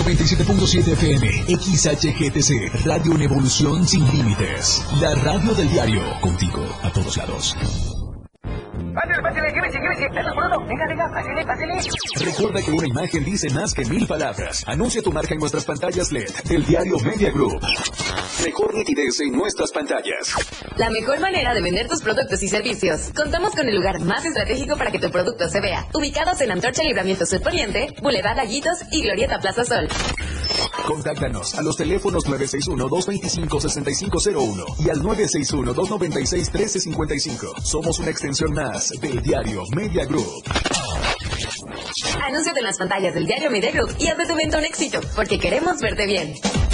97.7 FM, XHGTC, Radio en Evolución Sin Límites. La radio del diario, contigo a todos lados. Pásale, llévese. Venga, pásale. Recuerda que una imagen dice más que 1000 palabras. Anuncia tu marca en nuestras pantallas LED. El diario Media Group. Mejor nitidez en nuestras pantallas. La mejor manera de vender tus productos y servicios. Contamos con el lugar más estratégico para que tu producto se vea. Ubicados en Antorcha Libramiento Sur Poniente, Boulevard Laguitos y Glorieta Plaza Sol. Contáctanos a los teléfonos 961-225-6501 y al 961-296-1355. Somos una extensión más del diario Media Group. Anúnciate en las pantallas del diario Media Group y haz de tu evento un éxito, porque queremos verte bien.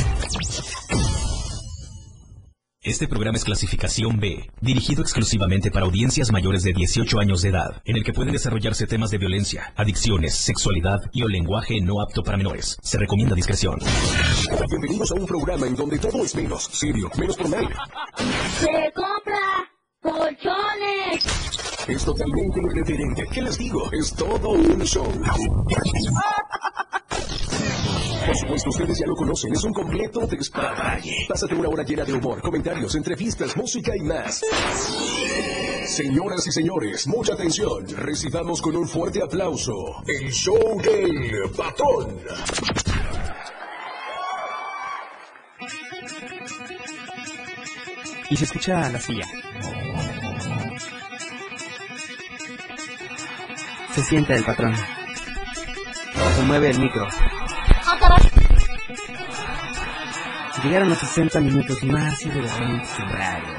Este programa es clasificación B, dirigido exclusivamente para audiencias mayores de 18 años de edad, en el que pueden desarrollarse temas de violencia, adicciones, sexualidad y o lenguaje no apto para menores. Se recomienda discreción. Bienvenidos a un programa en donde todo es menos serio, menos formal. Se compra colchones. Es totalmente irreverente. ¿Qué les digo? Es todo un show. Por supuesto, ustedes ya lo conocen, es un completo despapalle. Pásate una hora llena de humor, comentarios, entrevistas, música y más. Señoras y señores, mucha atención. Recibamos con un fuerte aplauso el show del patrón. Y se escucha la silla. Se siente el patrón. Se mueve el micro. Llegaron los 60 minutos más irreverentes en radio.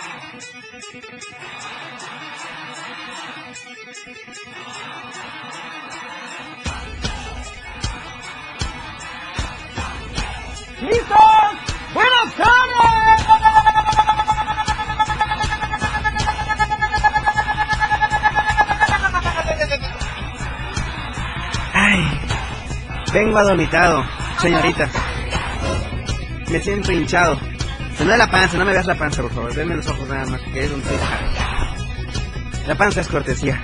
¡Listos! ¡Buenas tardes! Ay, vengo adormitado, señorita. Me siento hinchado. Se me da la panza, no me veas la panza, por favor. Denme los ojos nada más, que es un tiro. La panza es cortesía.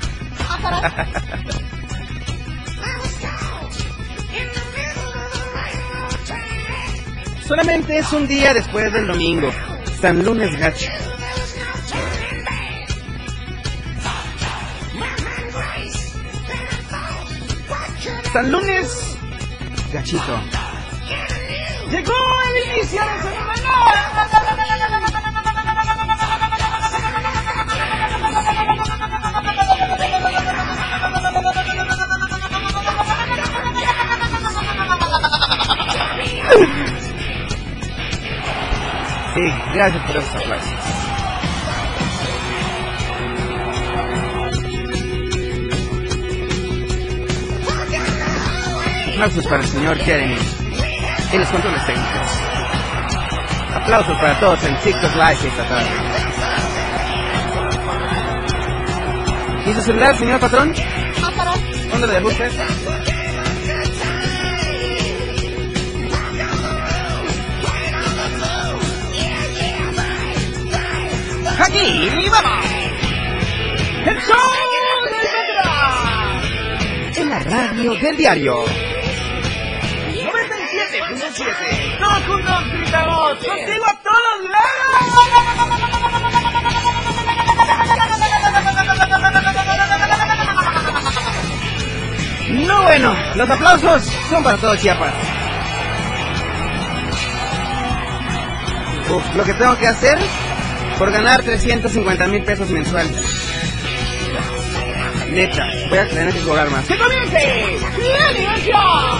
Solamente es un día después del domingo. San Lunes gacho. San Lunes gachito. ¡Llegó el inicio de semana! Sí, gracias por esos aplausos. Aplausos para el señor Jeremy en los controles técnicos. Aplausos para todos en TikTok Live esta tarde. ¿Y su celular, señor patrón? ¿Dónde lo dejó usted? ¡Aquí vamos! ¡El show del patrón! En la radio del diario 97.7. Todos juntos gritamos, contigo a todos lados. No, bueno, los aplausos son para todo Chiapas. Lo que tengo que hacer por ganar 350,000 pesos mensuales. Neta, voy a tener que cobrar más. ¡Que comience! ¡La diversión!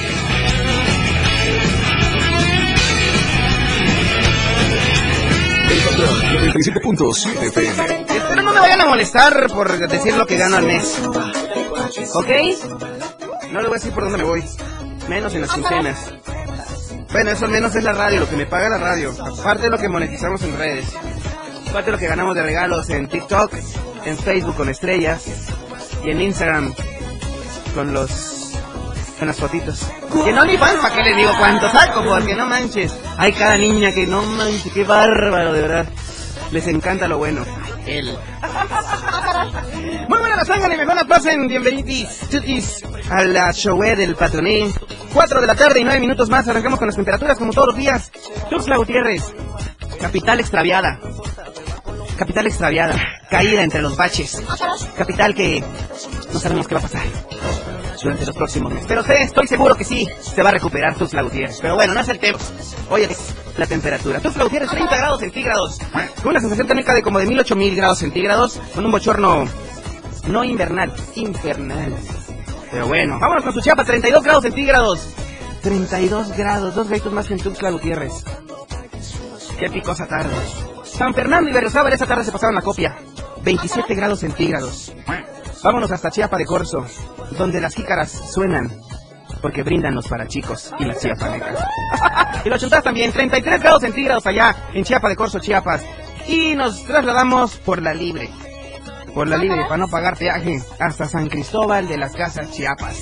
El patrón, 97.7 FM. Espero no me vayan a molestar por decir lo que gano al mes. ¿Ok? No le voy a decir por dónde me voy. Menos en las quincenas. Bueno, eso al menos es la radio, lo que me paga la radio. Aparte de lo que monetizamos en redes. Aparte de lo que ganamos de regalos en TikTok, en Facebook con estrellas y en Instagram con las fotitos. Que no ni pan, ¿para qué les digo cuánto saco? Porque no manches. Hay cada niña que no manches, qué bárbaro, de verdad. Les encanta lo bueno. Él. Muy buenas las tengan y mejor las pasen. Bienvenidos a la Showé del Patroné. 4 de la tarde y 9 minutos más. Arrancamos con las temperaturas como todos los días. Tuxtla Gutiérrez, capital extraviada. Capital extraviada, caída entre los baches. Capital que no sabemos qué va a pasar durante los próximos meses. Pero estoy seguro que sí se va a recuperar Tuxtla Gutiérrez. Pero bueno, no es el tema. Oye, la temperatura. Tuxtla Gutiérrez, 30 grados centígrados. Con una sensación térmica de como de 1000-8000 grados centígrados. Con un bochorno no invernal, infernal. Pero bueno, vámonos con su Chiapas, 32 grados centígrados. 32 grados, 2 graditos más que en Tuxtla Gutiérrez. Qué picosa tarde. San Fernando y Berriozábal esa tarde se pasaron la copia. 27 grados centígrados. Vámonos hasta Chiapa de Corzo, donde las jícaras suenan, porque brindan los parachicos y las chiapanecas. Y los chuntas también, 33 grados centígrados allá en Chiapa de Corzo, Chiapas. Y nos trasladamos por la Libre. Por la Libre, para no pagar peaje, hasta San Cristóbal de las Casas, Chiapas.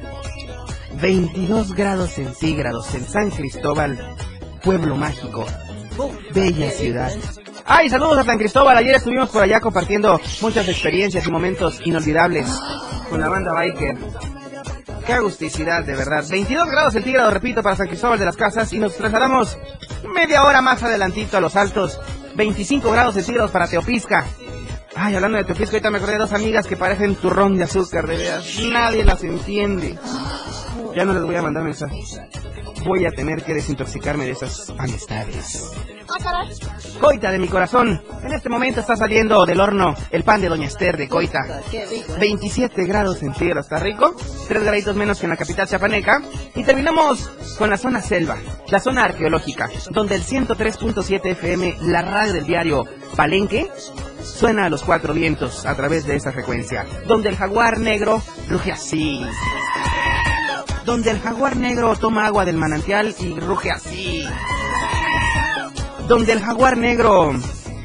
22 grados centígrados en San Cristóbal, pueblo mágico. Bella ciudad. Ay, saludos a San Cristóbal. Ayer estuvimos por allá compartiendo muchas experiencias y momentos inolvidables con la banda Biker. Qué agusticidad, de verdad. 22 grados centígrados, repito, para San Cristóbal de las Casas. Y nos trasladamos media hora más adelantito a Los Altos. 25 grados centígrados para Teopisca. Ay, hablando de Teopisca, ahorita me acordé de dos amigas que parecen turrón de azúcar, de veras. Nadie las entiende. Ya no les voy a mandar mensajes. Voy a tener que desintoxicarme de esas amistades. Coita de mi corazón, en este momento está saliendo del horno el pan de Doña Esther de Coita. 27 grados centígrados, ¿está rico? 3 graditos menos que en la capital chiapaneca. Y terminamos con la zona selva, la zona arqueológica, donde el 103.7 FM, la radio del diario Palenque, suena a los 4 vientos a través de esa frecuencia. Donde el jaguar negro ruge así. Donde el jaguar negro toma agua del manantial y ruge así. Donde el jaguar negro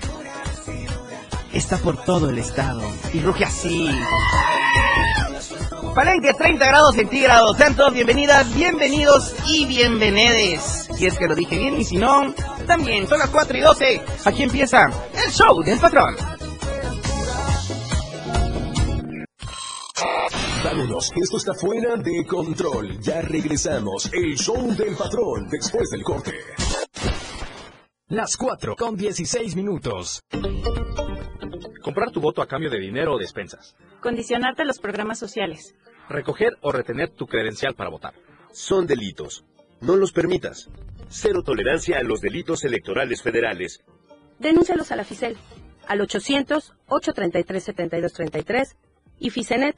está por todo el estado y ruge así. Palenque, 30 grados centígrados. Sean todos bienvenidas, bienvenidos y bienvenides. Si es que lo dije bien y si no, también. Son las 4 y 12. Aquí empieza el show del patrón. Vámonos, esto está fuera de control. Ya regresamos. El show del patrón después del corte. Las 4:16. Comprar tu voto a cambio de dinero o despensas. Condicionarte a los programas sociales. Recoger o retener tu credencial para votar. Son delitos. No los permitas. Cero tolerancia a los delitos electorales federales. Denúncialos a la FICEL al 800-833-7233 y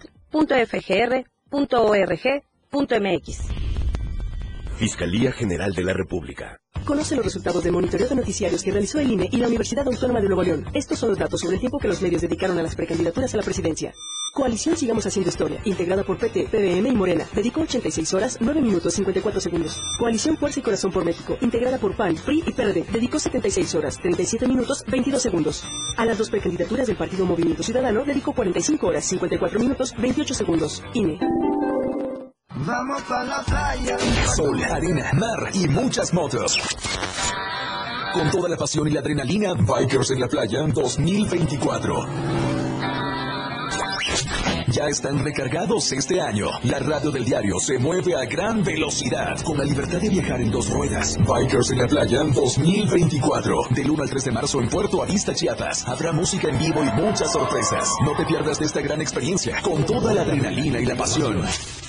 ficenet.fgr.org.mx. Fiscalía General de la República. Conoce los resultados del monitoreo de noticiarios que realizó el INE y la Universidad Autónoma de Nuevo León. Estos son los datos sobre el tiempo que los medios dedicaron a las precandidaturas a la presidencia. Coalición Sigamos Haciendo Historia, integrada por PT, PBM y Morena, dedicó 86 horas, 9 minutos, 54 segundos. Coalición Fuerza y Corazón por México, integrada por PAN, PRI y PRD, dedicó 76 horas, 37 minutos, 22 segundos. A las dos precandidaturas del Partido Movimiento Ciudadano, dedicó 45 horas, 54 minutos, 28 segundos. INE. Vamos a la playa. Sol, arena, mar y muchas motos. Con toda la pasión y la adrenalina, Bikers en la Playa 2024. Ya están recargados este año. La radio del diario se mueve a gran velocidad, con la libertad de viajar en 2 ruedas. Bikers en la Playa 2024. Del 1 al 3 de marzo en Puerto Arista, Chiapas. Habrá música en vivo y muchas sorpresas. No te pierdas de esta gran experiencia, con toda la adrenalina y la pasión.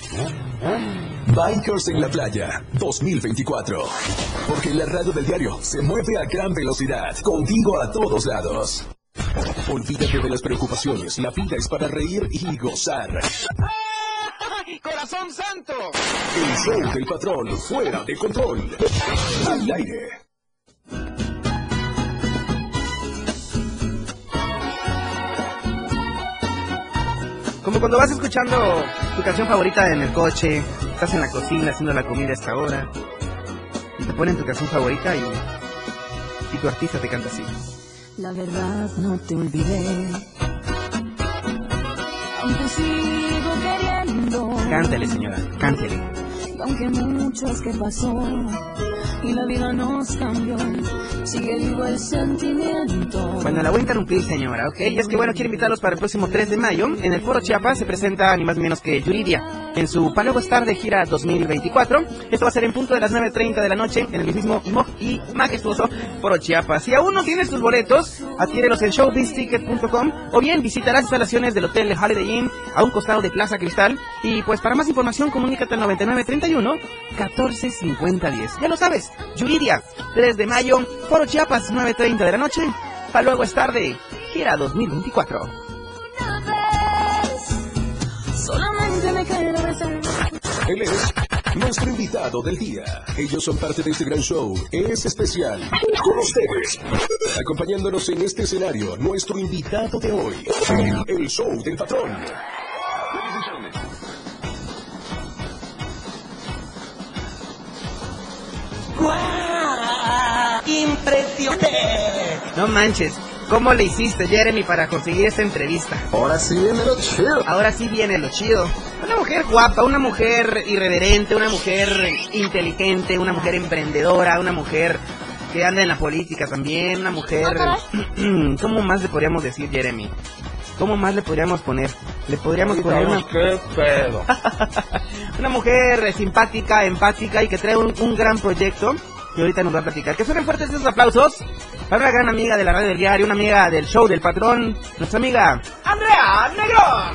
Bikers en la Playa 2024. Porque la radio del diario se mueve a gran velocidad, contigo a todos lados. Olvídate de las preocupaciones, la vida es para reír y gozar. ¡Corazón santo! El show del patrón, fuera de control. Al aire. Como cuando vas escuchando tu canción favorita en el coche, estás en la cocina haciendo la comida a esta hora, y te ponen tu canción favorita y tu artista te canta así. La verdad no te olvidé, aunque sigo queriendo. Cántale, señora, cántale. Aunque mucho es que pasó, y la vida nos cambió. Sigue vivo el sentimiento. Bueno, la voy a interrumpir, señora, ¿ok? Y es que, bueno, quiero invitarlos para el próximo 3 de mayo. En el Foro Chiapas se presenta ni más ni menos que Yuridia en su Paluego Star de gira 2024. Esto va a ser en punto de las 9:30 de la noche en el mismo y majestuoso Foro Chiapas. Si aún no tienes tus boletos, adquiérelos en showbizticket.com o bien visita las instalaciones del Hotel Holiday Inn a un costado de Plaza Cristal. Y pues para más información comunícate al 9931 14 50 10. Ya lo sabes, Yuridia, 3 de mayo, Foro Chiapas, 9:30 de la noche, Paluego Star de gira 2024. Solamente me queda besar. Él es nuestro invitado del día. Ellos son parte de este gran show. Es especial. Con ustedes, acompañándonos en este escenario, nuestro invitado de hoy. El show del patrón. ¡Guau! ¡Impresionante! No manches, ¿cómo le hiciste, Jeremy, para conseguir esta entrevista? Ahora sí viene lo chido. Ahora sí viene lo chido. Una mujer guapa, una mujer irreverente, una mujer inteligente, una mujer emprendedora, una mujer que anda en la política también, una mujer... ¿Cómo más le podríamos decir, Jeremy? ¿Cómo más le podríamos poner? Le podríamos poner una... ¿Qué pedo? Una mujer simpática, empática y que trae un gran proyecto que ahorita nos va a platicar. Que suenen fuertes esos aplausos para una gran amiga de la radio del diario, una amiga del show del patrón, nuestra amiga Andrea Negrón.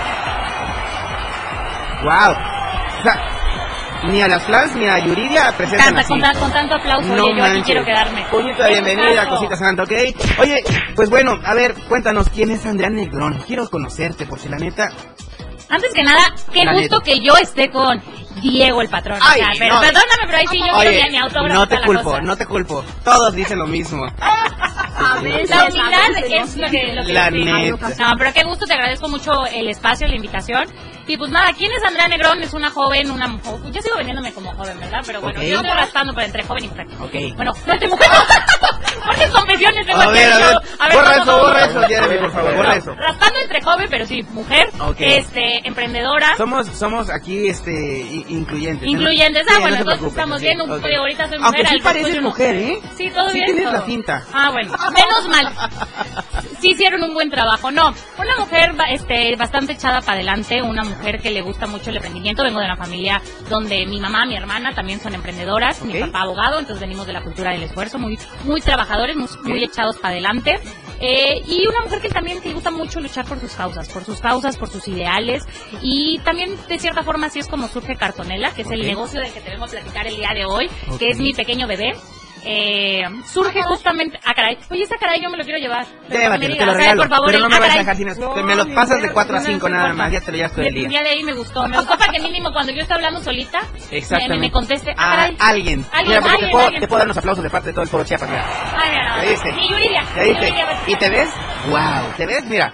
¡Wow! O sea, ni a las Flans ni a Yuridia presentan así. Con tanto aplauso, No oye, yo aquí manches. quiero quedarme. Puñito de bienvenida, cosita santa, ¿ok? Oye, pues bueno, a ver, cuéntanos, ¿quién es Andrea Negrón? Quiero conocerte, porque la neta... Antes que nada, qué La gusto neta. que yo esté con Diego el patrón. Ay, o sea, pero no. perdóname, pero ahí sí yo Oye, quiero mi autógrafo. no te toda la culpo, cosa. no te culpo. Todos dicen lo mismo. La humildad es lo que La sí. neta. No, pero qué gusto, te agradezco mucho el espacio, la invitación. Y pues nada, ¿quién es Andrea Negrón? Es una joven, una mujer. Yo sigo vendiéndome como joven, ¿verdad? Pero bueno, Ok. yo ando raspando por entre joven y mujer. Ok. Bueno, no entre mujer. Porque confesiones tengo A aquí. ver, borra ¿cómo? borra eso, Jeremy, por favor, borra eso. Raspando entre joven, pero sí, mujer. Ok. Emprendedora. Somos aquí, incluyentes. Incluyentes, Sí, bueno, no te entonces preocupes, estamos sí, bien, ok. ahorita soy mujer. Aunque sí al rato pareces soy mujer, ¿eh? Sí, todo Sí bien. tienes todo. la finta. Ah, bueno, menos mal. Sí hicieron un buen trabajo. No, una mujer bastante echada para adelante, una mujer que le gusta mucho el emprendimiento. Vengo de una familia donde mi mamá, mi hermana también son emprendedoras, mi papá abogado, entonces venimos de la cultura del esfuerzo, muy trabajadores, muy echados para adelante. Y una mujer que también le gusta mucho luchar por sus causas, por sus ideales. Y también, de cierta forma, así es como surge Cartonela, que es el negocio del que te vengo a platicar el día de hoy, que es mi pequeño bebé. Surge justamente... Ah, caray. Oye, esta caray yo me lo quiero llevar. Llévatelo, te lo regalo. Por favor, pero no me vas a caray. dejar sin eso. Me lo pasas de 4 a 5 nada más. Ya te lo llevas todo el El día. día de ahí me gustó para que mínimo cuando yo esté hablando solita me conteste. Ah, caray. Alguien. Mira, porque te puedo dar unos aplausos de parte de todo el Foro Chiapas. Mira. Ay, mira, ¿Ya viste? Y Yuridia. ¿Ya viste? ¿Y te ves? ¡Wow! ¿Te ves? Mira.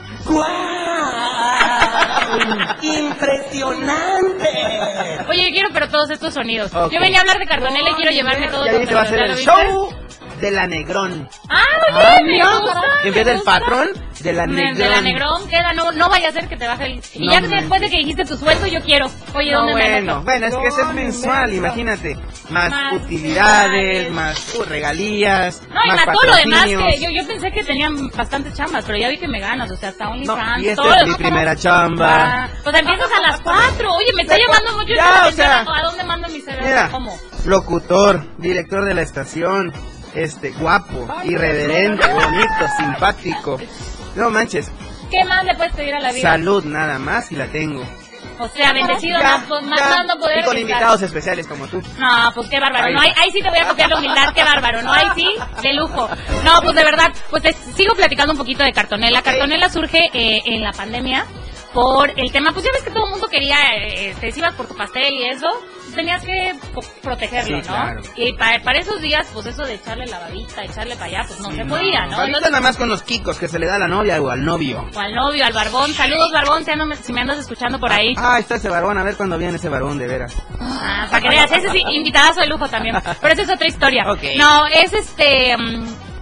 ¡Impresionante! Oye, yo quiero pero todos estos sonidos. Ok. Yo venía a hablar de Cartonela y quiero llevarme todos Ya los viste, va a ser sonidos. el ¿Ya lo viste? show de la Negrón. Oye, me mira. gusta. En vez del patrón, de la Negrón. De la Negrón, queda, no vaya a ser que te baje el... Y No ya manches. después de que dijiste tu sueldo, yo quiero. Oye, No, ¿dónde me bueno, anoto? bueno, es que ese es mensual, imagínate. Más utilidades, más regalías, No, y más más todo lo demás, patrocinios. que yo pensé que tenían bastantes chambas, pero ya vi que me ganas, o sea, hasta OnlyFans, y esta todo. es mi primera chamba. Pues empiezas a las 4, oye, me está llamando mucho. Ya, yo o sea, ¿a dónde mando mi cerebro? Mira, ¿Cómo? locutor, director de la estación, guapo, irreverente, bonito, simpático. No manches, ¿Qué más le puedes pedir a la vida? salud nada más y la tengo. O sea, bendecido, Ya, más ya. no poder Y con gritar. invitados especiales como tú. No, pues qué bárbaro. Ahí. No, ahí sí te voy a copiar la humildad, qué bárbaro. No, ahí sí, de lujo. No, pues de verdad, pues te sigo platicando un poquito de Cartonela. Cartonela surge en la pandemia por el tema, pues ya ves que todo el mundo quería, te ibas por tu pastel y eso, tenías que protegerlo, Sí, ¿no? claro. Y para esos días, pues eso de echarle la babita, echarle para allá, pues no se podía, ¿no? Ahorita nada más con los kikos que se le da a la novia o al novio. O al novio, al barbón. Saludos, barbón, si me andas escuchando por ahí. Ah, está ese varón, a ver cuándo viene ese varón, de veras. Para que veas, ese sí, invitadazo de lujo también. Pero esa es otra historia. Ok. No, es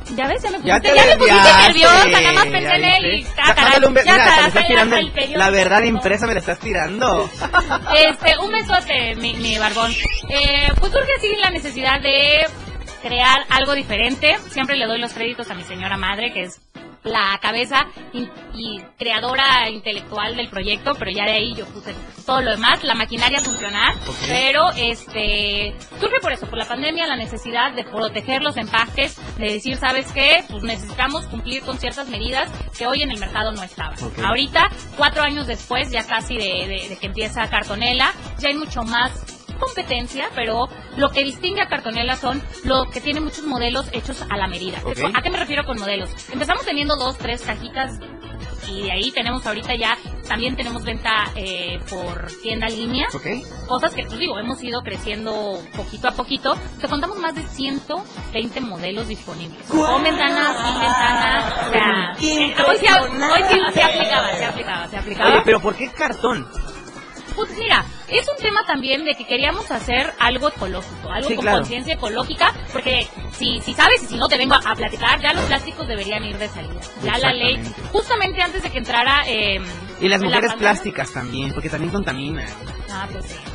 Ya ves, ya me Ya pusiste, te ya me pusiste desviaste, nerviosa, nada más pensé en él y Sacándole un beso. Mira, está, me estás tirando el periódico. la verdad impresa, me la estás tirando. Un besote, mi barbón. Pues surge así la necesidad de crear algo diferente. Siempre le doy los créditos a mi señora madre, que es la cabeza y creadora intelectual del proyecto, pero ya de ahí yo puse todo lo demás, la maquinaria funcional, pero surge por eso, por la pandemia, la necesidad de proteger los empaques, de decir, ¿sabes qué? Pues necesitamos cumplir con ciertas medidas que hoy en el mercado no estaban. Ahorita, 4 años después, ya casi de que empieza Cartonela, ya hay mucho más competencia, pero lo que distingue a Cartonela son lo que tiene muchos modelos hechos a la medida. ¿A qué me refiero con modelos? Empezamos teniendo 2, 3 cajitas y de ahí tenemos ahorita ya, también tenemos venta por tienda en línea, cosas que, pues digo, hemos ido creciendo poquito a poquito. Te contamos más de 120 modelos disponibles. Con ventana, sin ventana, o sea, hoy sí se aplicaba. Oye, pero ¿por qué cartón? Pues mira, es un tema también de que queríamos hacer algo ecológico, algo con conciencia ecológica, porque si sabes y si no te vengo a platicar, ya los plásticos deberían ir de salida. Ya la ley, justamente antes de que entrara... y las mujeres plásticas también, porque también contaminan. Ah, pues sí.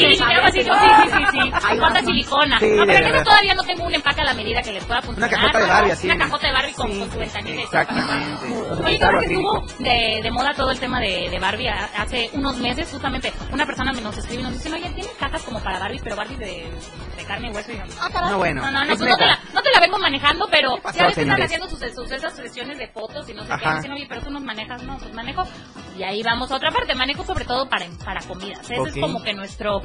Sí. Cuánta silicona. Sí, pero eso todavía no tengo un empaque a la medida que les pueda funcionar. Una cajota de Barbie, así. Una cajota de Barbie con su ventanilla. Exactamente. Oye, creo que estuvo de moda todo el tema de Barbie hace unos meses, justamente una persona nos escribe y nos dice, oye, ¿tienes cajas como para Barbie, pero Barbie de carne y hueso? Y no, bueno. No te la vengo manejando, pero ya ves que están haciendo sus esas sesiones de fotos y no sé qué. Dicen, oye, pero tú nos manejas. No, pues manejo. Y ahí vamos a otra parte. Manejo sobre todo para comidas. Ese es como que nuestro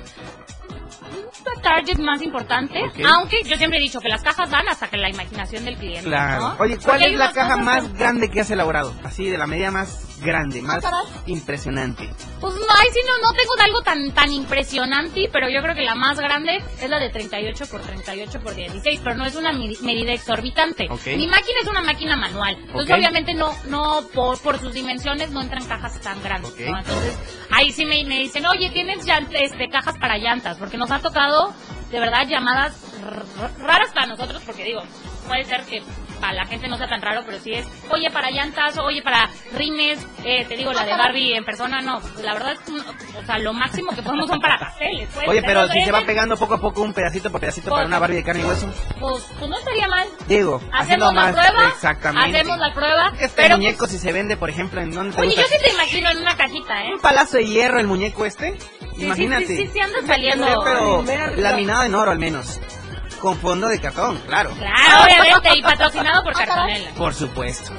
target más importante, aunque yo siempre he dicho que las cajas van hasta que la imaginación del cliente. Claro. ¿No? Oye, ¿cuál es la caja más grande que has elaborado? Así, de la medida más grande, más impresionante. Pues no tengo algo tan impresionante, pero yo creo que la más grande es la de 38 por 38 por 16, pero no es una medida exorbitante. Mi máquina es una máquina manual, entonces obviamente no por sus dimensiones no entran cajas tan grandes, ¿no? Entonces ahí sí me dicen, oye, ¿tienes cajas para llantas? Porque nos ha tocado de verdad llamadas raras para nosotros, porque digo, puede ser que para la gente no sea tan raro, pero sí es, oye, para llantas, oye, para rines, te digo, la de Barbie en persona, no, la verdad, o sea, lo máximo que podemos son para pasteles. Oye, pero si se va pegando poco a poco un pedacito por pedacito para una Barbie de carne y hueso. Pues no estaría mal. Digo, hacemos la prueba, exactamente. Hacemos la prueba. Pero muñeco, si se vende, por ejemplo, ¿en dónde te Oye, gusta? yo sí te imagino en una cajita, Un palazo de hierro, el muñeco imagínate. Sí, anda saliendo. Pero laminado en oro al menos. Con fondo de cartón, claro. Claro, obviamente, y patrocinado por Cartonela. Por supuesto.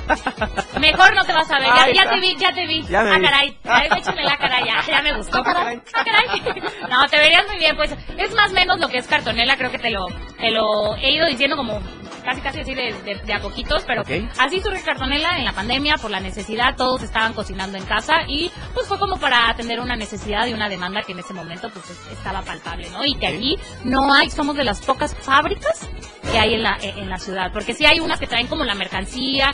Mejor no te vas a ver, ya te vi. Ya me vi. Caray, échame la cara ya me gustó. Caray. No, te verías muy bien, pues, es más o menos lo que es Cartonela, creo que te lo he ido diciendo como casi así de a poquitos, pero así surge Cartonela en la pandemia por la necesidad, todos estaban cocinando en casa y pues fue como para atender una necesidad y una demanda que en ese momento pues estaba palpable, ¿no? Y que aquí somos de las pocas fábricas que hay en la ciudad, porque sí hay unas que traen como la mercancía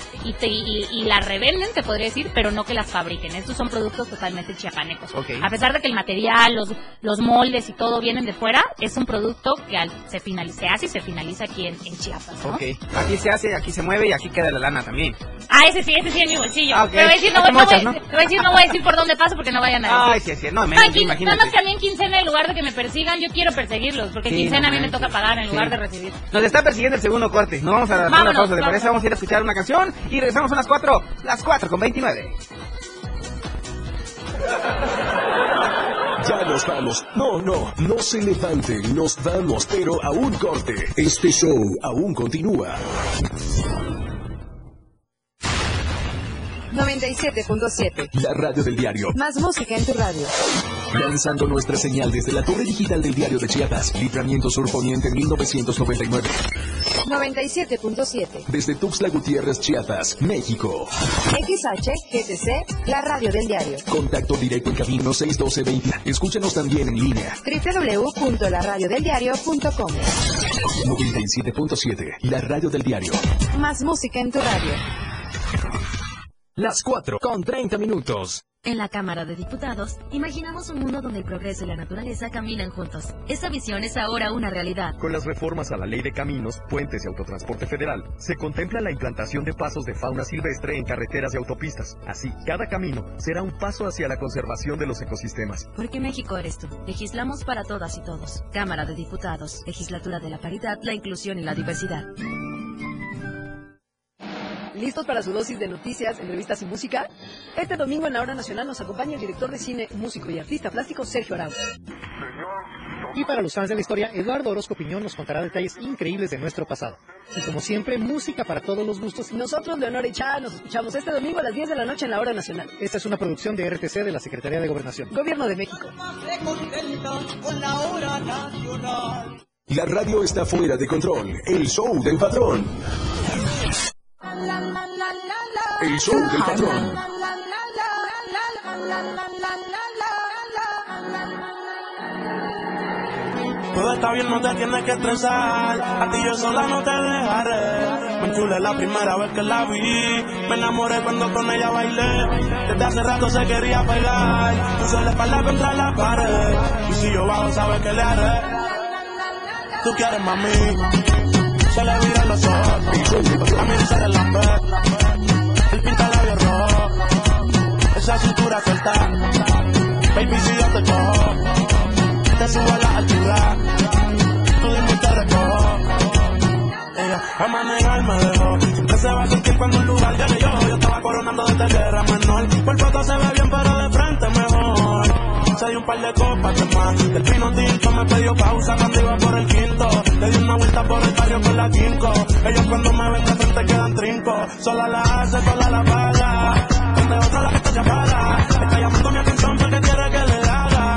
y la revenden, te podría decir, pero no que las fabriquen. Estos son productos totalmente chiapanecos. A pesar de que el material, los moldes y todo vienen de fuera, es un producto que se hace y se finaliza aquí en Chiapas, ¿no? Aquí se hace, aquí se mueve y aquí queda la lana también. Ese sí en mi bolsillo. Te voy a decir, no voy a decir por dónde paso porque no vayan a decir. Sí, no, imagínate. Nada más que a mí en quincena, en lugar de que me persigan, yo quiero perseguirlos, porque en quincena a mí me toca pagar en lugar de recibir. Nos está persiguiendo el segundo corte. Nos vamos a dar una pausa, ¿te parece? Vamos a ir a escuchar una canción y regresamos a las 4:29. Ya nos vamos. No se levanten, nos vamos, pero a un corte. Este show aún continúa. 97.7. La radio del diario. Más música en tu radio. Lanzando nuestra señal desde la torre digital del diario de Chiapas, Libramiento Sur Poniente en 1999. 97.7. Desde Tuxtla Gutiérrez, Chiapas, México. XHGTC, la radio del diario. Contacto directo en camino 612-20. Escúchanos también en línea. www.laradiodeldiario.com. 97.7, la radio del diario. Más música en tu radio. Las 4:30. En la Cámara de Diputados, imaginamos un mundo donde el progreso y la naturaleza caminan juntos. Esa visión es ahora una realidad. Con las reformas a la Ley de Caminos, Puentes y Autotransporte Federal, se contempla la implantación de pasos de fauna silvestre en carreteras y autopistas. Así, cada camino será un paso hacia la conservación de los ecosistemas. Porque México eres tú. Legislamos para todas y todos. Cámara de Diputados, Legislatura de la Paridad, la Inclusión y la Diversidad. ¿Listos para su dosis de noticias, entrevistas y música? Este domingo en la Hora Nacional nos acompaña el director de cine, músico y artista plástico Sergio Arau. Y para los fans de la historia, Eduardo Orozco Piñón nos contará detalles increíbles de nuestro pasado. Y como siempre, música para todos los gustos. Y nosotros, Leonora y Cha, nos escuchamos este domingo a las 10 de la noche en la Hora Nacional. Esta es una producción de RTC de la Secretaría de Gobernación. Gobierno de México. La radio está fuera de control. El show del patrón. El show del patrón. Todo está bien, no te tienes que estresar. A ti yo sola no te dejaré. Me enchulé la primera vez que la vi. Me enamoré cuando con ella bailé. Desde hace rato se quería pegar. Puse la espalda contra la pared. Y si yo bajo, sabes que le haré. Tú quieres, mami. Se le viran los ojos. A mí se relambe. El pinta labios rojo. Esa cintura suelta. Baby, si yo te cojo, te subo a la altura. Tú dime y te recojo. Ella a manejar me dejó. Siempre se va a sentir cuando un lugar llegue yo. Yo estaba coronando desde guerra menor. Por foto se ve bien, pero de frente mejor. Se dio un par de copas de más. Del vino tinto me pidió pausa cuando iba por el quinto. Le di una vuelta por el barrio con la quinco. Ellos cuando me ven de frente quedan trinco. Sola la hace, sola la paga. Donde otra la que está chapada. Está llamando mi atención porque quiere que le haga.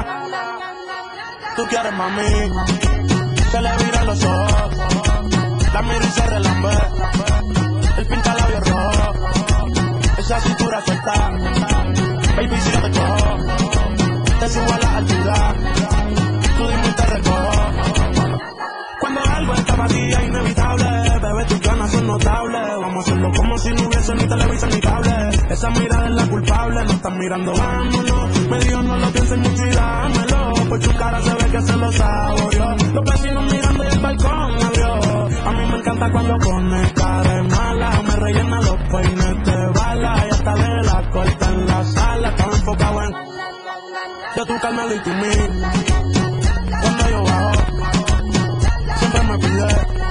Tú quieres, mami. Se le viran los ojos. La miro y se relambe. El pinta labios rojo. Esa cintura suelta. Baby, si yo te cojo, te subo a la altura. Tú dime y te recojo. Cuando algo está vacía, inevitable. Bebé, tus ganas son notables. Vamos a hacerlo como si no hubiese ni televisión ni cable. Esa mirada es la culpable. No están mirando, vámonos. Me dijo no lo pienses mucho y dámelo. Por tu cara se ve que se lo saboreó. Los vecinos mirando y el balcón abrió. A mí me encanta cuando pone cara de mala. Me rellena los peines de bala. Y hasta de la corta en la sala. Estaba enfocado en yo tú Carmelo y tú mí. Cuando yo bajo, siempre me pide.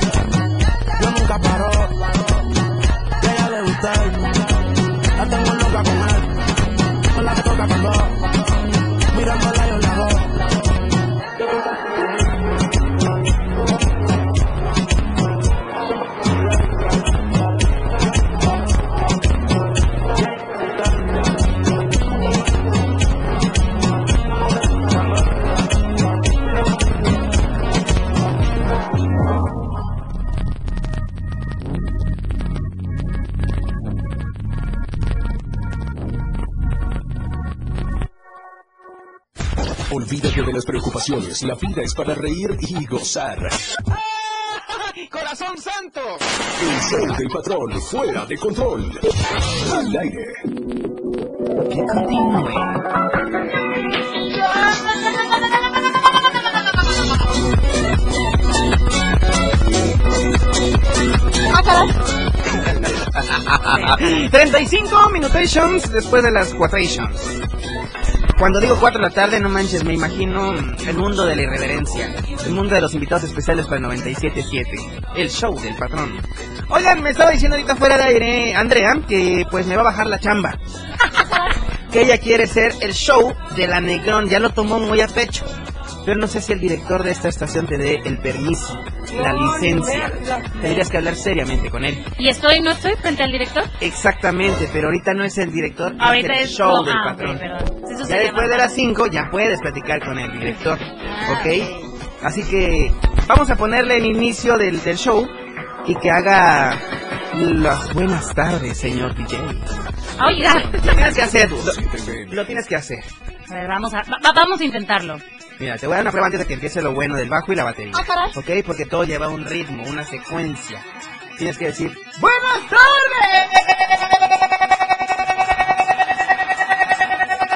Yo nunca paro. Y a ella le gusta. La tengo loca con él. Con la que toca con dos. Mirándola yo la hago. Olvídate de las preocupaciones. La vida es para reír y gozar. ¡Corazón santo! El show del patrón fuera de control. Al aire. Que continúe. ¡Ah, 35 minutations después de las quatrations. Cuando digo 4 de la tarde, no manches, me imagino el mundo de la irreverencia, el mundo de los invitados especiales para el 97.7, el show del patrón. Oigan, me estaba diciendo ahorita fuera de aire Andrea que pues me va a bajar la chamba, que ella quiere ser el show de la Negrón, ya lo tomó muy a pecho. Pero no sé si el director de esta estación te dé el permiso, la licencia. Tendrías que hablar seriamente con él. ¿Y no estoy frente al director? Exactamente, pero ahorita no es el director, ahorita es el show del patrón. Okay, ya después de las 5 ya puedes platicar con el director, ¿ok? Así que vamos a ponerle el inicio del show y que haga las buenas tardes, señor DJ. Oiga. Lo tienes que hacer, lo tienes que hacer. A ver, vamos a intentarlo. Mira, te voy a dar una prueba antes de que empiece lo bueno del bajo y la batería. ¿Ok? Porque todo lleva un ritmo, una secuencia. Tienes que decir ¡buenas tardes!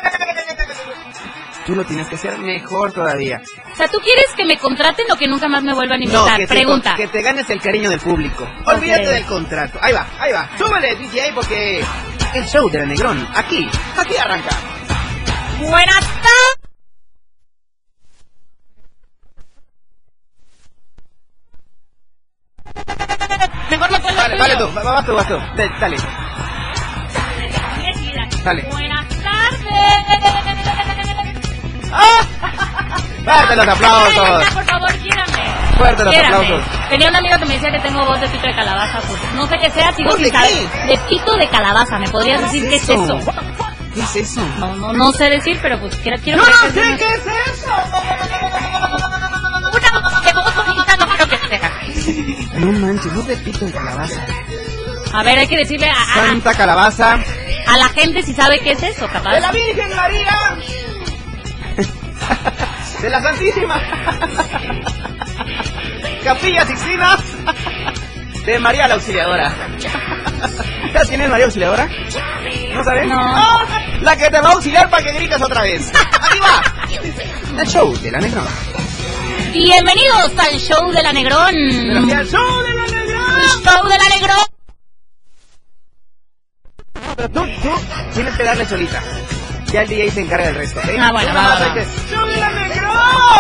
tú lo tienes que hacer mejor todavía. O sea, ¿tú quieres que me contraten o que nunca más me vuelvan a invitar? No, Pregunta. Que te ganes el cariño del público. Olvídate del contrato. Ahí va. Súbele, DJ, porque el show de la Negrón, aquí arranca. Buenas tardes. Mejor no puedo. Vale, tú, vas tú. Dale. Buenas tardes. ¡Fuerte los aplausos! Por favor, quírame. ¡Fuerte los aplausos! Tenía una amiga que me decía que tengo voz de pito de calabaza. Pues no sé qué sea, sigo ¿Voz de sin saber. qué? De pito de calabaza. ¿Me podrías decir qué es eso? ¿Qué es eso? No sé decir, pero pues quiero ¡Yo no sé qué es eso! Una de voz bonita no creo que sea. No manches, voz de pito de calabaza. A ver, hay que decirle a Santa Calabaza. A la gente si sabe qué es eso, capaz. ¡De la Virgen María! ¡De la Santísima! Capilla Sixtina de María la Auxiliadora. ¿Ya tienes María Auxiliadora? ¿No sabes? No. La que te va a auxiliar para que grites otra vez. ¡Aquí va! El show de la Negrón. Bienvenidos al show de la Negrón. ¡El show de la Negrón! El show de la Negrón. Pero tú tienes que darle solita. Ya el DJ se encarga del resto, ¿ok? Ah, bueno, va. ¡Show de la Negrón!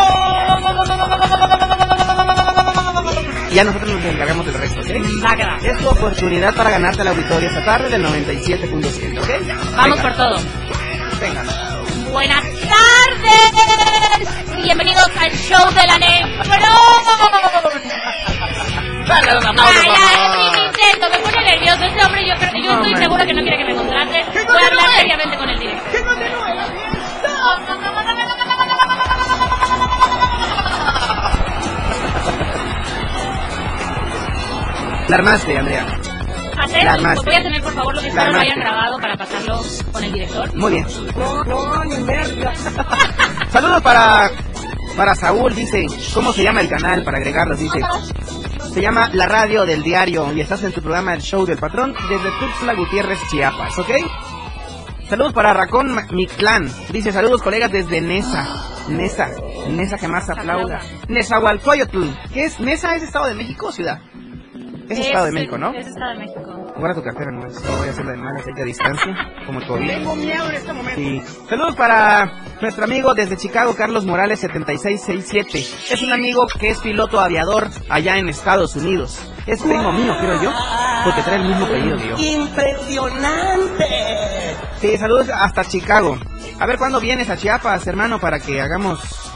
Y ya nosotros nos encargamos del resto, ¿ok? Va que va. Es tu oportunidad para ganarte la auditorio esta tarde del 97.7, ¿ok? Vamos por todo. Venga. Buenas tardes. Bienvenidos al show de la Negrón. Dale un aplauso, por favor. Intento, me pone nervioso este hombre. Yo estoy segura que no quiere que me contrate. Voy a hablar seriamente con el director. ¡Que continúe la fiesta! La armaste, Andrea. Voy a tener, por favor, lo que espero lo hayan grabado para pasarlo con el director. Muy bien. Saludos para Saúl, dice. ¿Cómo se llama el canal? Para agregarlos, dice. Se llama La Radio del Diario y estás en tu programa El Show del Patrón desde Tuxtla Gutiérrez, Chiapas, ¿ok? Saludos para Racón Mictlán. Dice, saludos colegas desde Nesa que más aplauda. Nezahualcóyotl. ¿Qué es? ¿Nesa es Estado de México o ciudad? Es Estado de México, ¿no? Es Estado de México. Guarda tu cartera, no voy a hacerla de mala, a distancia, como tu oído. Tengo miedo en este momento. Sí. Saludos para nuestro amigo desde Chicago, Carlos Morales 7667. Es un amigo que es piloto aviador allá en Estados Unidos. Es primo mío, creo yo, porque trae el mismo apellido que yo. ¡Impresionante! Sí, saludos hasta Chicago. A ver cuándo vienes a Chiapas, hermano, para que hagamos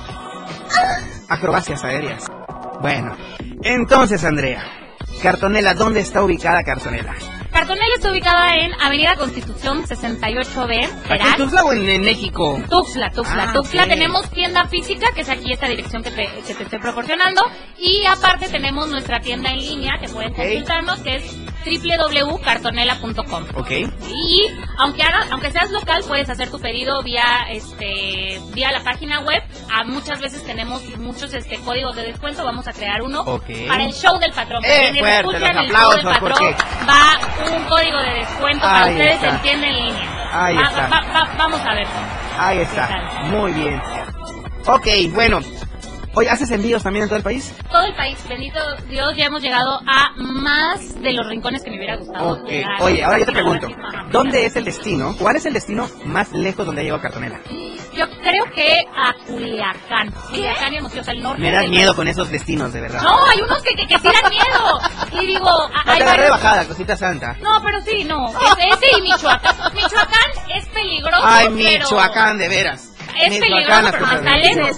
acrobacias aéreas. Bueno, entonces, Andrea, Cartonela, ¿dónde está ubicada Cartonela? Cartonela está ubicada en Avenida Constitución 68B. ¿Aquí en Tuxtla o en México? Tuxtla. Tuxtla. Okay. Tenemos tienda física, que es aquí esta dirección que te estoy proporcionando. Y aparte tenemos nuestra tienda en línea, que pueden consultarnos, que es www.cartonela.com. Ok. Y aunque seas local, puedes hacer tu pedido vía la página web. Muchas veces tenemos muchos códigos de descuento. Vamos a crear uno para el show del patrón. Fuerte, los aplausos, show del patrón va un código de descuento para ustedes en tienda en línea. Ahí está. Vamos a ver. Ahí está. Muy bien. Ok, bueno. Oye, ¿haces envíos también en todo el país? Todo el país, bendito Dios, ya hemos llegado a más de los rincones que me hubiera gustado. Okay. Oye, ahora yo te pregunto, ¿dónde es el destino? ¿Cuál es el destino más lejos donde ha llegado Cartonela? Yo creo que a Culiacán. Culiacán y Hermosillo, el norte. Me das miedo con esos destinos, de verdad. No, hay unos que sí dan miedo. Y digo, no te agarré bajada, cosita santa. No, pero sí, no. Ese y Michoacán. Michoacán es peligroso. Ay, Michoacán, de veras. Es peligroso, pero no está lejos.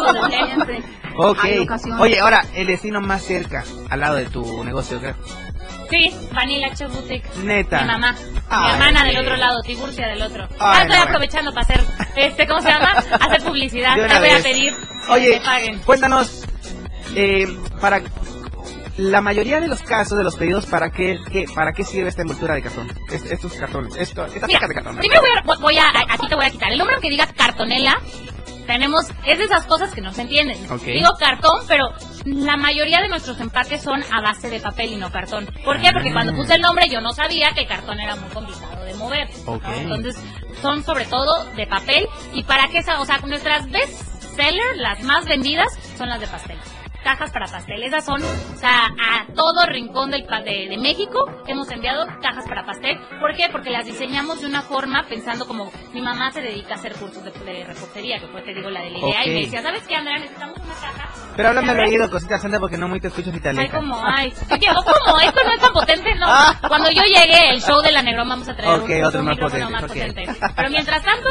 Ok. Oye, ahora, el destino más cerca, al lado de tu negocio, creo. Sí, Vanilla Chef Boutique. Neta. Mi mamá. Mi hermana del otro lado, Tiburcia del otro. Ay, estoy aprovechando para hacer, ¿cómo se llama? Hacer publicidad. Te voy a pedir que paguen. Cuéntanos, para la mayoría de los casos de los pedidos, ¿para qué sirve esta envoltura de cartón? Estos cartones, estas cajas de cartón. Primero aquí te voy a quitar el nombre, que diga Cartonela. es de esas cosas que no se entienden. Okay. Digo cartón, pero la mayoría de nuestros empaques son a base de papel y no cartón. ¿Por qué? Porque cuando puse el nombre yo no sabía que cartón era muy complicado de mover. Okay. ¿no? Entonces son sobre todo de papel. ¿Y para qué? O sea, nuestras best sellers, las más vendidas, son las de pastel. Cajas para pastel, esas son, o sea, a todo rincón de México hemos enviado cajas para pastel. ¿Por qué? Porque las diseñamos de una forma pensando como mi mamá se dedica a hacer cursos de repostería, que fue, te digo, la de la idea, y me decía, ¿sabes qué, Andrea? Necesitamos una caja. Pero háblame al oído, cosita santa, porque no muy te escuchas italiano. ¿Cómo? Esto no es tan potente, no. Cuando yo llegue, el show de la Negroma vamos a traer otro más micrófono potente, más potente. Pero mientras tanto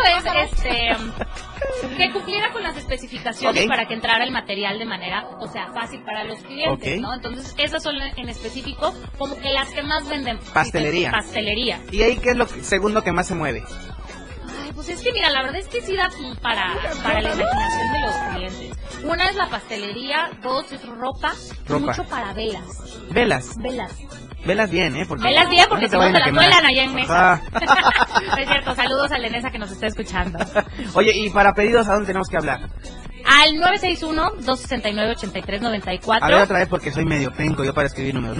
que cumpliera con las especificaciones para que entrara el material de manera, o sea, fácil para los clientes, ¿no? Entonces, esas son en específico como que las que más venden. Pastelería. ¿Y ahí qué es lo segundo que más se mueve? Ay, pues es que mira, la verdad es que sí da para la imaginación de los clientes. Una es la pastelería, dos es ropa. Mucho para velas. Velas bien, porque si no se las vuelan allá en Mesa. Es cierto, saludos a Lenesa que nos está escuchando. Oye, y para pedidos, ¿a dónde tenemos que hablar? Al 961-269-8394. A ver otra vez porque soy medio penco yo para escribir números.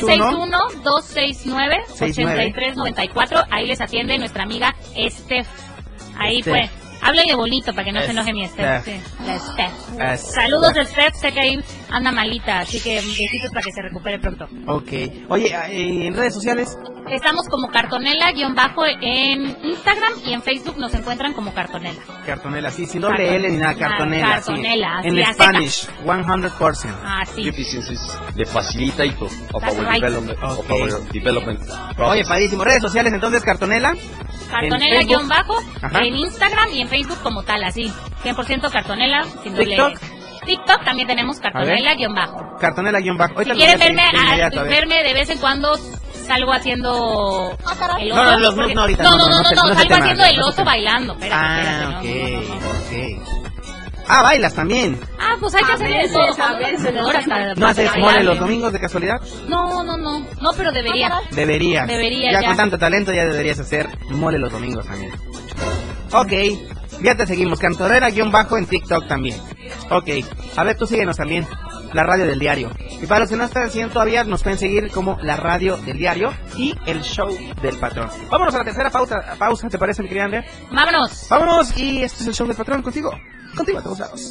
961-269-8394. Ahí les atiende nuestra amiga Steph. Ahí pues. Háblale bonito para que no se enoje mi Steph. Sí, la Steph. Saludos de Steph, sé que ahí anda malita, así que besitos para que se recupere pronto. Ok. Oye, ¿en redes sociales? Estamos como Cartonela -- en Instagram y en Facebook nos encuentran como Cartonela. Cartonela, sí, sin doble L ni nada, Cartonela. Cartonela, sí. En Spanish, 100%. Sí. Deficiencies de facilitator of our development. Oye, padrísimo. Redes sociales, entonces, Cartonela. Cartonela _ en Instagram y en Facebook como tal, así. 100% Cartonela, sin doble L. TikTok también tenemos Cartonela _ Cartonela _ Si quieren verme de vez en cuando, salgo haciendo el oso. No, salgo haciendo el oso bailando. Espérate, bailas también. Pues hay que hacer eso. ¿No haces mole los domingos de casualidad? No, pero debería. Ya con tanto talento ya deberías hacer mole los domingos también. Ok, ya te seguimos. Cartonela _ en TikTok también. Ok, a ver, tú síguenos también. La radio del diario. Y para los que no están siguiendo todavía, nos pueden seguir como la radio del diario y el show del patrón. Vámonos a la tercera pausa, ¿te parece, mi querida Andrea? Vámonos, y este es el show del patrón contigo a todos lados.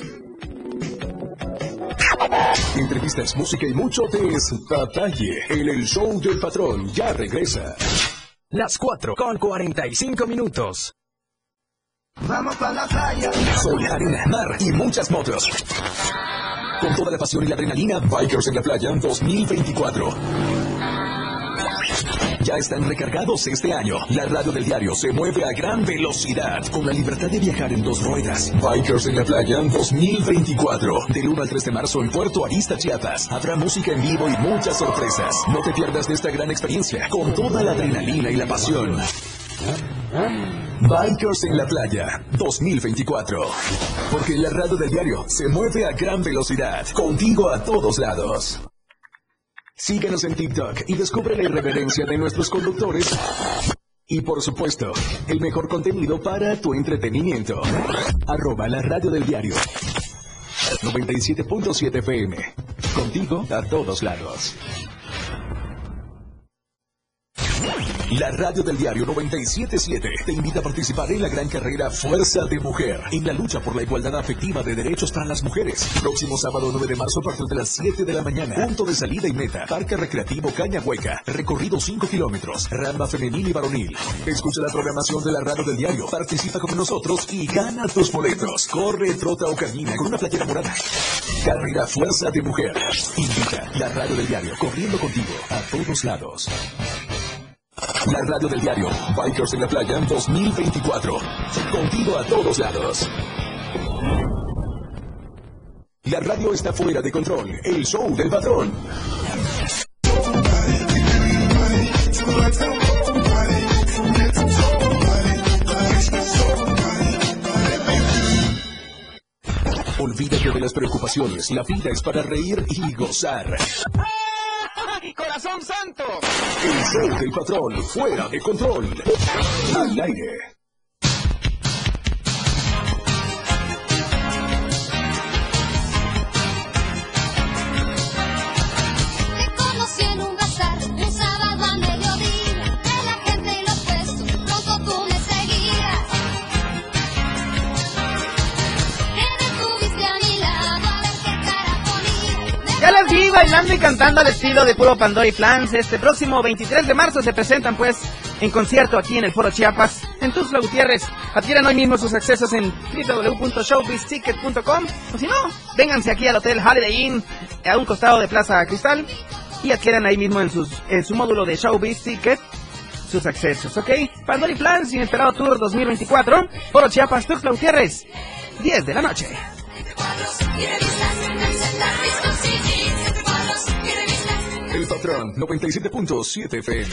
Entrevistas, música y mucho detalle en el show del patrón. Ya regresa. Las 4:45. Vamos para la playa. Sol, arena, mar y muchas motos. Con toda la pasión y la adrenalina, Bikers en la Playa 2024. Ya están recargados este año. La radio del diario se mueve a gran velocidad, con la libertad de viajar en dos ruedas. Bikers en la Playa 2024. Del 1 al 3 de marzo en Puerto Arista, Chiapas. Habrá música en vivo y muchas sorpresas. No te pierdas de esta gran experiencia, con toda la adrenalina y la pasión. Bikers en la Playa 2024. Porque la radio del diario se mueve a gran velocidad, contigo a todos lados. Síguenos en TikTok y descubre la irreverencia de nuestros conductores. Y por supuesto, el mejor contenido para tu entretenimiento. @la radio del diario 97.7 FM. Contigo a todos lados. La radio del diario 97.7 te invita a participar en la gran carrera Fuerza de Mujer, en la lucha por la igualdad afectiva de derechos para las mujeres. Próximo sábado 9 de marzo a partir de las 7 de la mañana. Punto de salida y meta, Parque Recreativo Caña Hueca. Recorrido 5 kilómetros, rama femenil y varonil. Escucha la programación de la radio del diario, participa con nosotros y gana tus boletos. Corre, trota o camina con una playera morada. Carrera Fuerza de Mujer. Invita la radio del diario, corriendo contigo a todos lados. La radio del diario, Bikers en la Playa 2024. Contigo a todos lados. La radio está fuera de control. El show del patrón. Olvídate de las preocupaciones. La vida es para reír y gozar. ¡Corazón santo! El show del patrón, fuera de control. Al aire. Ya las vi bailando y cantando al estilo de puro Pandora y Flans. Este próximo 23 de marzo se presentan pues en concierto aquí en el Foro Chiapas, en Tuxtla Gutiérrez. Adquieran hoy mismo sus accesos en www.showbizticket.com, o si no, vénganse aquí al Hotel Holiday Inn a un costado de Plaza Cristal y adquieran ahí mismo en su módulo de Showbiz Ticket sus accesos, ¿ok? Pandora y Flans, Inesperado Tour 2024, Foro Chiapas, Tuxtla Gutiérrez, 10 de la noche. El Patrón 97.7 FM.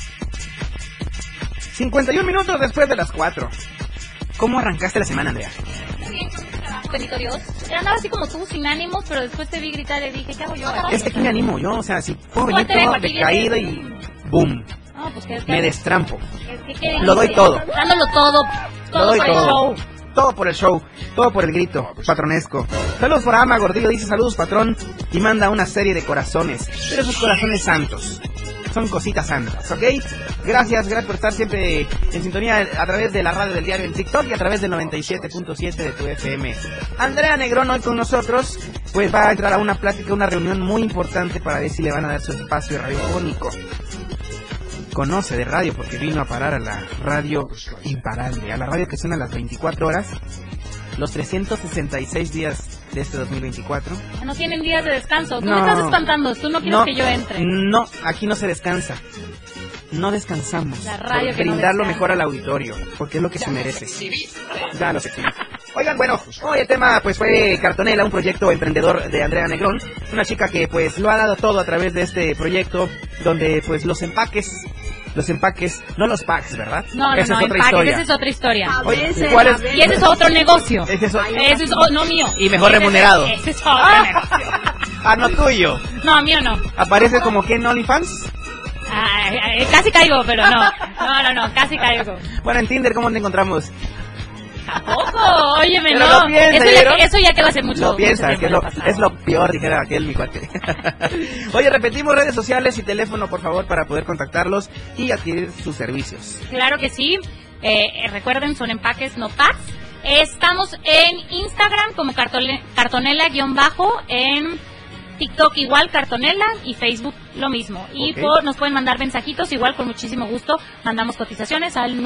51 minutos después de las 4. ¿Cómo arrancaste la semana, Andrea? Bendito Dios. Andaba así como tú, sin ánimos, pero después te vi gritar y dije, ¿qué hago yo? Es que aquí me animo yo, o sea, si puedo venir todo de caída y ¡boom! No, pues me destrampo. ¿Qué lo doy todo. Dándolo todo. Todo por el show. Todo por el show, todo por el grito patronesco. Saludos por Ama Gordillo, dice saludos patrón, y manda una serie de corazones, pero esos corazones santos, son cositas santas, ¿ok? Gracias por estar siempre en sintonía a través de la radio del diario en TikTok y a través del 97.7 de tu FM. Andrea Negrón hoy con nosotros, pues va a entrar a una plática, una reunión muy importante para ver si le van a dar su espacio radiofónico. Conoce de radio porque vino a parar a la radio imparable, a la radio que suena a las 24 horas, los 366 días de este 2024. No tienen días de descanso, tú me estás espantando, tú no quieres que yo entre. No, aquí no se descansa, no descansamos, la radio por brindar lo mejor al auditorio, porque es lo que se merece. Ya los exhibí. Oigan, bueno, hoy el tema pues fue Cartonela, un proyecto emprendedor de Andrea Negrón, una chica que pues lo ha dado todo a través de este proyecto, donde pues los empaques, no los packs, ¿verdad? No, esa es otra historia. Esa es otra historia. Oye, ¿cuál es? Y ese es otro negocio. Ese es no mío. Y mejor remunerado. Ese es otro negocio. Ah, no tuyo. No, mío no. ¿Aparece como que en OnlyFans? Casi caigo, pero no, casi caigo. Bueno, en Tinder, ¿cómo te encontramos? Tampoco, óyeme, pero no. Piensa, eso ya quedó hace mucho. Lo piensa, que es lo peor, dijera aquel mi cuate. Oye, repetimos redes sociales y teléfono, por favor, para poder contactarlos y adquirir sus servicios. Claro que sí. Recuerden, son empaques, no packs. Estamos en Instagram como cartonela_ en TikTok igual Cartonela y Facebook lo mismo. Y nos pueden mandar mensajitos igual, con muchísimo gusto. Mandamos cotizaciones al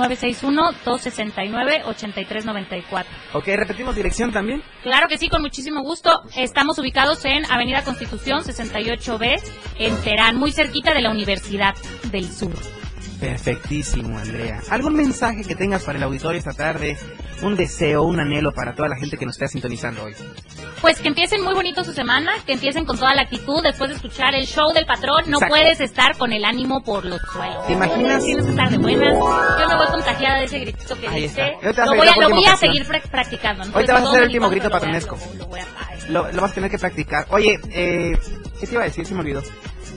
961-269-8394. Ok, ¿repetimos dirección también? Claro que sí, con muchísimo gusto. Estamos ubicados en Avenida Constitución 68B, en Terán, muy cerquita de la Universidad del Sur. Perfectísimo, Andrea. ¿Algún mensaje que tengas para el auditorio esta tarde? Un deseo, un anhelo para toda la gente que nos está sintonizando hoy. Pues que empiecen muy bonito su semana, que empiecen con toda la actitud. Después de escuchar el show del patrón, no puedes estar con el ánimo por los suelos. ¿Te imaginas? Tienes que estar de buenas. Yo me voy contagiada de ese gritito que dice. Lo voy a seguir practicando. Hoy te vas a hacer el último grito patronesco. Lo vas a tener que practicar. Oye, ¿qué te iba a decir? Se me olvidó.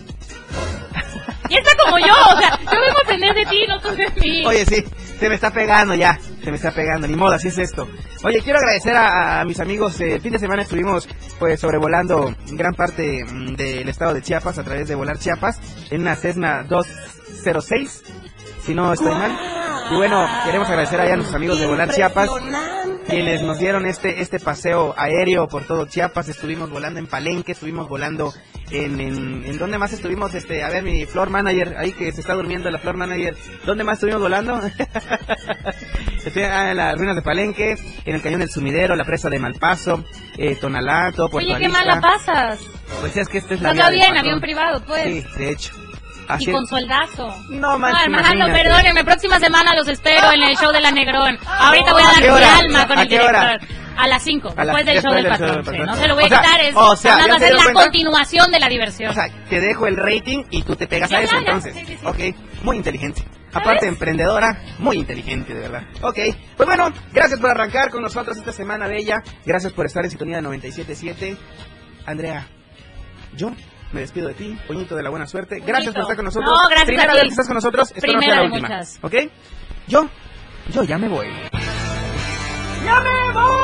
Y está como yo, o sea, yo vengo a aprender de ti, no tú de mí. Oye, sí, se me está pegando ya, ni modo, así es esto. Oye, quiero agradecer a mis amigos, el fin de semana estuvimos pues sobrevolando gran parte del estado de Chiapas a través de Volar Chiapas, en una Cessna 206, si no estoy mal. Y bueno, queremos agradecer allá a nuestros amigos de Volar Chiapas, quienes nos dieron este paseo aéreo por todo Chiapas. Estuvimos volando en Palenque, estuvimos volando en ¿dónde más estuvimos? A ver, mi floor manager, ahí que se está durmiendo la floor manager, ¿dónde más estuvimos volando? Estoy en las ruinas de Palenque, en el Cañón del Sumidero, la presa de Malpaso, Tonalá, todo Puerto Arista. Oye, qué mala pasas. Pues es que esta es la vida bien, avión privado, pues. Sí, de hecho. Así y con sueldazo. No manches. Hermano, perdónenme, próxima semana los espero en el show de la Negrón. Ahorita voy a dar mi alma con el director. A las 5, después del show del patrón. No se lo voy a quitar, va a ser la continuación de la diversión. O sea, te dejo el rating y tú te pegas a eso, entonces. Sí. Ok, muy inteligente. Aparte, emprendedora, muy inteligente, de verdad. Ok, pues bueno, gracias por arrancar con nosotros esta semana bella. Gracias por estar en sintonía de 97.7. Andrea, yo me despido de ti, Poñito de la buena suerte. Gracias por estar con nosotros. No, gracias Primera a ti. vez que estás con nosotros, esto no será la última. Muchas. ¿Ok? Yo ya me voy. ¡Ya me voy!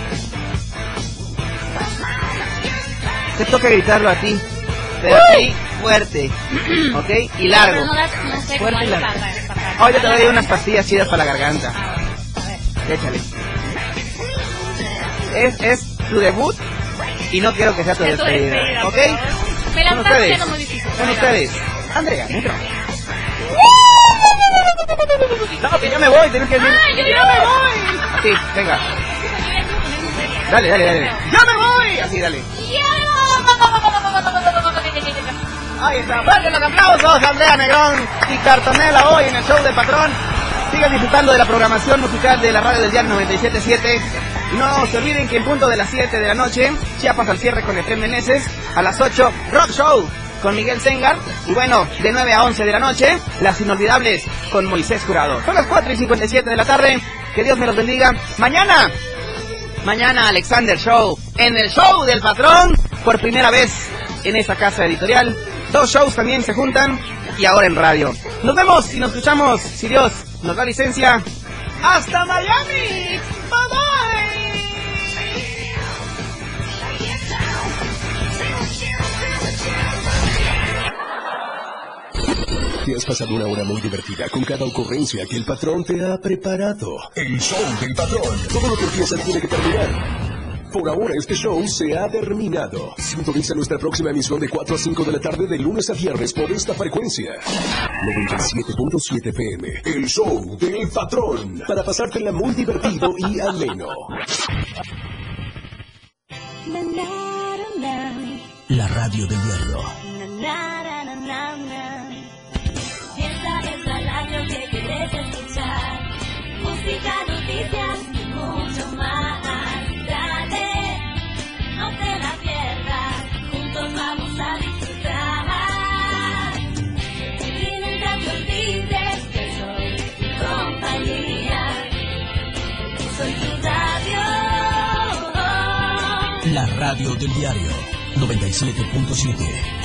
Te toca gritarlo a ti. Pero a ti fuerte, ¿ok? Y largo. Pero no sé, Fuerte y como largo. para Ahorita te doy unas pastillas chidas para la garganta. Échale. Es tu debut y no quiero que sea tu despedida, ¿ok? Me la Con estás ustedes. haciendo muy difícil. Con ustedes. Andrea, micro. No, que yo me voy, tienes que decir. ¡Ay, yo ya me voy! Sí, venga. Dale. ¡Ya me voy! Así, dale. Ahí está, fuerte los aplausos, Andrea Negrón y Cartonela hoy en el show del patrón. Sigan disfrutando de la programación musical de la radio del Diario 97.7. Y no se olviden que en punto de las 7 de la noche, Chiapas al cierre con Efraín Meneses. A las 8, Rock Show con Miguel Sengar. Y bueno, de 9 a 11 de la noche, Las Inolvidables con Moisés Jurado. Son las 4:57 de la tarde. Que Dios me los bendiga. Mañana, Alexander Show en el show del patrón. Por primera vez en esta casa editorial. 2 shows también se juntan. Y ahora en radio. Nos vemos y nos escuchamos, si Dios nos da licencia. ¡Hasta Miami! Te has pasado una hora muy divertida con cada ocurrencia que el patrón te ha preparado. El show del patrón. Todo lo que empieza tiene que terminar. Por ahora este show se ha terminado. Sintoniza nuestra próxima emisión de 4 a 5 de la tarde de lunes a viernes por esta frecuencia. 97.7 PM. El show del patrón. Para pasártela muy divertido y ameno. La radio del diario. Esta es la radio que quieres escuchar. Música, noticias y mucho más. Dale, no te la pierdas. Juntos vamos a disfrutar. Y nunca te olvides que soy tu compañía. Soy tu radio. La radio del diario 97.7.